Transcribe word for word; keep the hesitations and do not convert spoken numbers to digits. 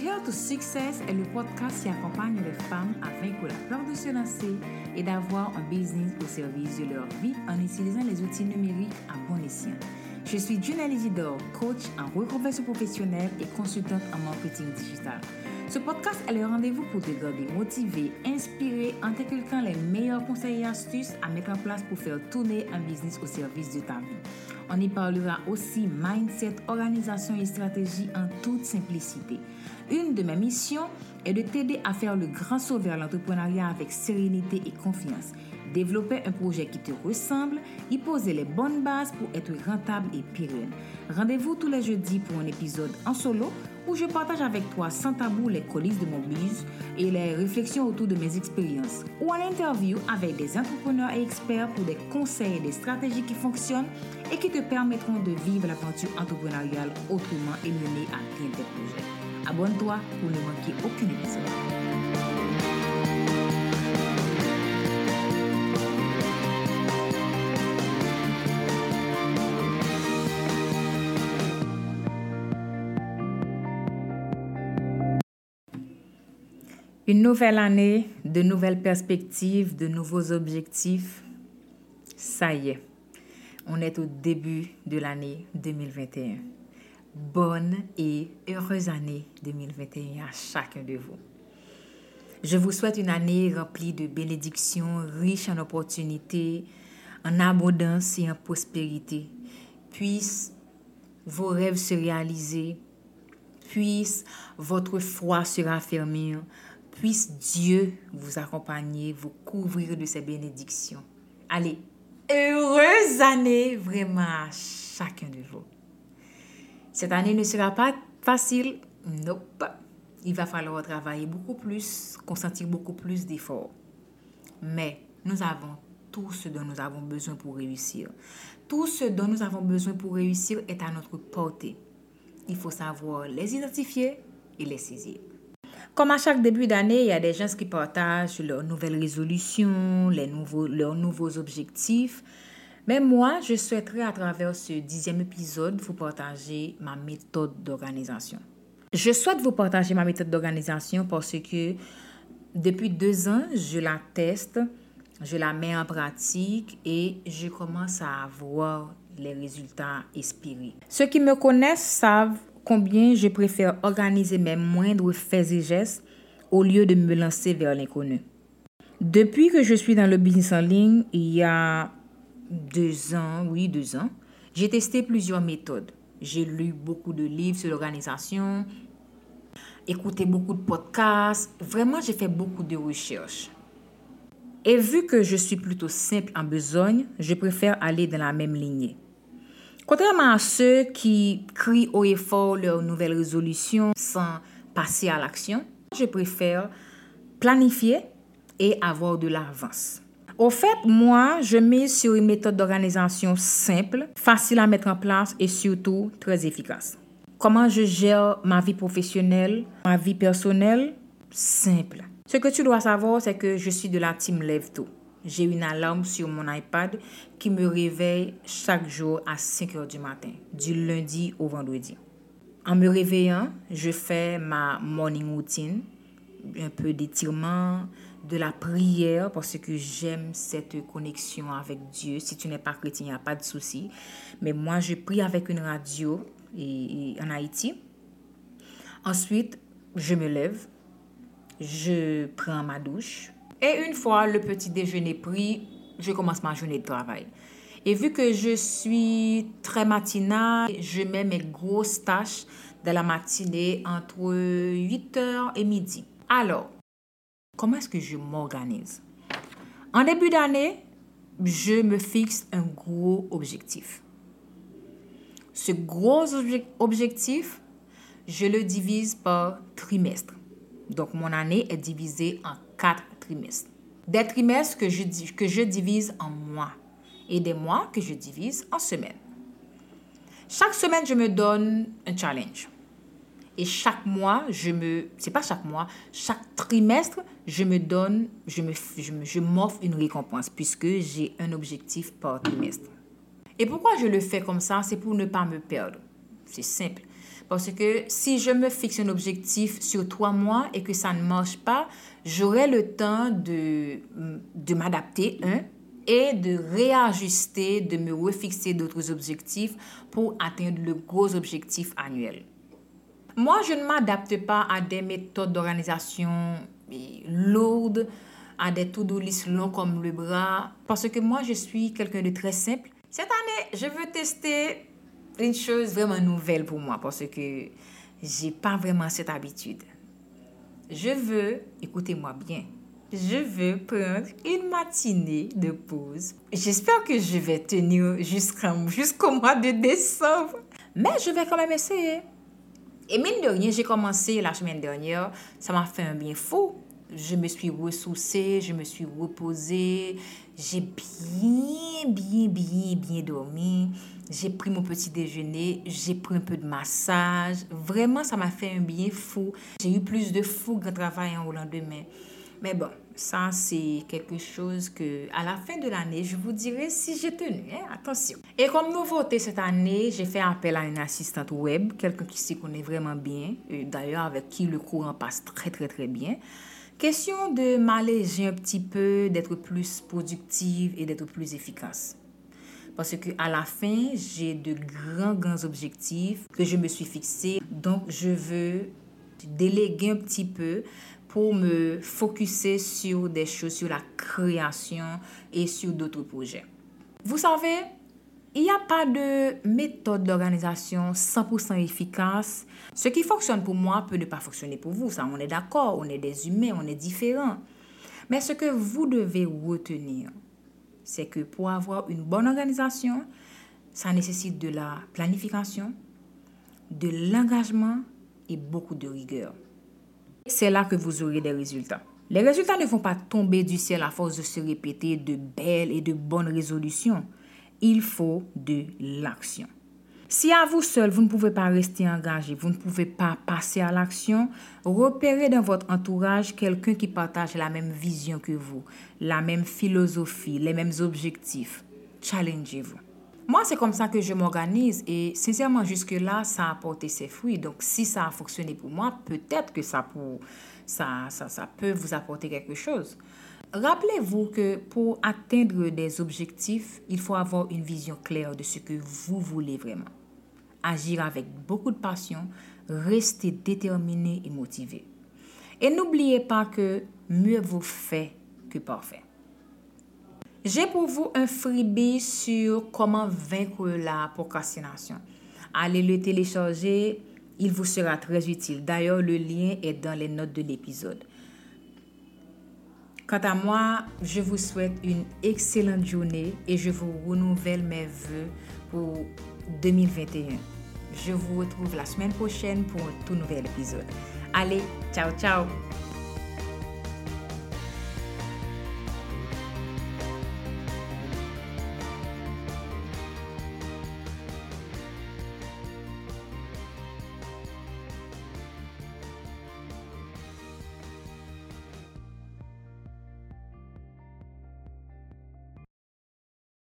Here to Success est le podcast qui accompagne les femmes à vaincre la peur de se lancer et d'avoir un business au service de leur vie en utilisant les outils numériques à bon escient. Je suis Junelle Isidore, coach en reconversion professionnelle et consultante en marketing digital. Ce podcast est le rendez-vous pour te garder motivé, inspiré en t'inculquant les meilleurs conseils et astuces à mettre en place pour faire tourner un business au service de ta vie. On y parlera aussi mindset, organisation et stratégie en toute simplicité. Une de mes missions est de t'aider à faire le grand saut vers l'entrepreneuriat avec sérénité et confiance. Développer un projet qui te ressemble, y poser les bonnes bases pour être rentable et pérenne. Rendez-vous tous les jeudis pour un épisode en solo où je partage avec toi sans tabou les coulisses de mon buzz et les réflexions autour de mes expériences, ou en interview avec des entrepreneurs et experts pour des conseils et des stratégies qui fonctionnent et qui te permettront de vivre l'aventure entrepreneuriale autrement et mener à bien tes projets. Abonne-toi pour ne manquer aucun épisode. Une nouvelle année, de nouvelles perspectives, de nouveaux objectifs. Ça y est, on est au début de l'année deux mille vingt et un. Bonne et heureuse année deux mille vingt et un à chacun de vous. Je vous souhaite une année remplie de bénédictions, riche en opportunités, en abondance et en prospérité. Puissent vos rêves se réaliser, puisse votre foi se raffermir, puisse Dieu vous accompagner, vous couvrir de ses bénédictions. Allez, heureuse année vraiment à chacun de vous. Cette année ne sera pas facile, nope. Il va falloir travailler beaucoup plus, consentir beaucoup plus d'efforts. Mais nous avons tout ce dont nous avons besoin pour réussir. Tout ce dont nous avons besoin pour réussir est à notre portée. Il faut savoir les identifier et les saisir. Comme à chaque début d'année, il y a des gens qui partagent leurs nouvelles résolutions, les nouveaux, leurs nouveaux objectifs. Mais moi, je souhaiterais à travers ce dixième épisode vous partager ma méthode d'organisation. Je souhaite vous partager ma méthode d'organisation parce que depuis deux ans, je la teste, je la mets en pratique et je commence à avoir les résultats espérés. Ceux qui me connaissent savent combien je préfère organiser mes moindres faits et gestes au lieu de me lancer vers l'inconnu. Depuis que je suis dans le business en ligne, il y a deux ans, oui, deux ans, j'ai testé plusieurs méthodes. J'ai lu beaucoup de livres sur l'organisation, écouté beaucoup de podcasts. Vraiment, j'ai fait beaucoup de recherches. Et vu que je suis plutôt simple en besogne, je préfère aller dans la même lignée. Contrairement à ceux qui crient haut et fort leurs nouvelles résolutions sans passer à l'action, je préfère planifier et avoir de l'avance. Au fait, moi, je mise sur une méthode d'organisation simple, facile à mettre en place et surtout très efficace. Comment je gère ma vie professionnelle, ma vie personnelle? Simple. Ce que tu dois savoir, c'est que je suis de la team Lève-Tôt. J'ai une alarme sur mon iPad qui me réveille chaque jour à cinq heures du matin, du lundi au vendredi. En me réveillant, je fais ma morning routine, un peu d'étirement, de la prière parce que j'aime cette connexion avec Dieu. Si tu n'es pas chrétien, il n'y a pas de souci. Mais moi, je prie avec une radio et, et en Haïti. Ensuite, je me lève, je prends ma douche. Et une fois le petit déjeuner pris, je commence ma journée de travail. Et vu que je suis très matinale, je mets mes grosses tâches de la matinée entre huit heures et midi. Alors, comment est-ce que je m'organise? En début d'année, je me fixe un gros objectif. Ce gros obje- objectif, je le divise par trimestre. Donc, mon année est divisée en quatre trimestres. Des trimestres que je, que je divise en mois et des mois que je divise en semaines. Chaque semaine, je me donne un challenge. Et chaque mois, je me... C'est pas chaque mois, chaque trimestre, je me donne, je, me, je, me, je m'offre une récompense puisque j'ai un objectif par trimestre. Et pourquoi je le fais comme ça? C'est pour ne pas me perdre. C'est simple. Parce que si je me fixe un objectif sur trois mois et que ça ne marche pas, j'aurai le temps de, de m'adapter, un, et de réajuster, de me refixer d'autres objectifs pour atteindre le gros objectif annuel. Moi, je ne m'adapte pas à des méthodes d'organisation lourdes, à des to-do list longs comme le bras, parce que moi, je suis quelqu'un de très simple. Cette année, je veux tester une chose vraiment nouvelle pour moi, parce que j'ai pas vraiment cette habitude. Je veux, écoutez-moi bien, je veux prendre une matinée de pause. J'espère que je vais tenir jusqu'en, jusqu'au mois de décembre, mais je vais quand même essayer. Et mine de rien, j'ai commencé la semaine dernière, ça m'a fait un bien fou. Je me suis ressourcée, je me suis reposée, j'ai bien, bien, bien, bien dormi. J'ai pris mon petit déjeuner, j'ai pris un peu de massage. Vraiment, ça m'a fait un bien fou. J'ai eu plus de fougue en travaillant au lendemain. Mais bon, ça, c'est quelque chose que, à la fin de l'année, je vous dirai si j'ai tenu. Hein? Attention. Et comme nouveauté cette année, j'ai fait appel à une assistante web, quelqu'un qui s'y connaît vraiment bien, d'ailleurs avec qui le courant passe très, très, très bien. Question de m'alléger un petit peu, d'être plus productive et d'être plus efficace. Parce qu'à la fin, j'ai de grands, grands objectifs que je me suis fixés. Donc, je veux déléguer un petit peu pour me focuser sur des choses, sur la création et sur d'autres projets. Vous savez, il n'y a pas de méthode d'organisation cent pour cent efficace. Ce qui fonctionne pour moi peut ne pas fonctionner pour vous. Ça, on est d'accord, on est des humains, on est différents. Mais ce que vous devez retenir, c'est que pour avoir une bonne organisation, ça nécessite de la planification, de l'engagement et beaucoup de rigueur. C'est là que vous aurez des résultats. Les résultats ne vont pas tomber du ciel à force de se répéter de belles et de bonnes résolutions. Il faut de l'action. Si à vous seul, vous ne pouvez pas rester engagé, vous ne pouvez pas passer à l'action, repérez dans votre entourage quelqu'un qui partage la même vision que vous, la même philosophie, les mêmes objectifs. Challengez-vous. Moi, c'est comme ça que je m'organise et sincèrement, jusque-là, ça a porté ses fruits. Donc, si ça a fonctionné pour moi, peut-être que ça, pour, ça, ça, ça peut vous apporter quelque chose. Rappelez-vous que pour atteindre des objectifs, il faut avoir une vision claire de ce que vous voulez vraiment. Agir avec beaucoup de passion, rester déterminé et motivé. Et n'oubliez pas que mieux vaut fait que parfait. J'ai pour vous un freebie sur comment vaincre la procrastination. Allez le télécharger, il vous sera très utile. D'ailleurs, le lien est dans les notes de l'épisode. Quant à moi, je vous souhaite une excellente journée et je vous renouvelle mes vœux pour deux mille vingt et un. Je vous retrouve la semaine prochaine pour un tout nouvel épisode. Allez, ciao, ciao!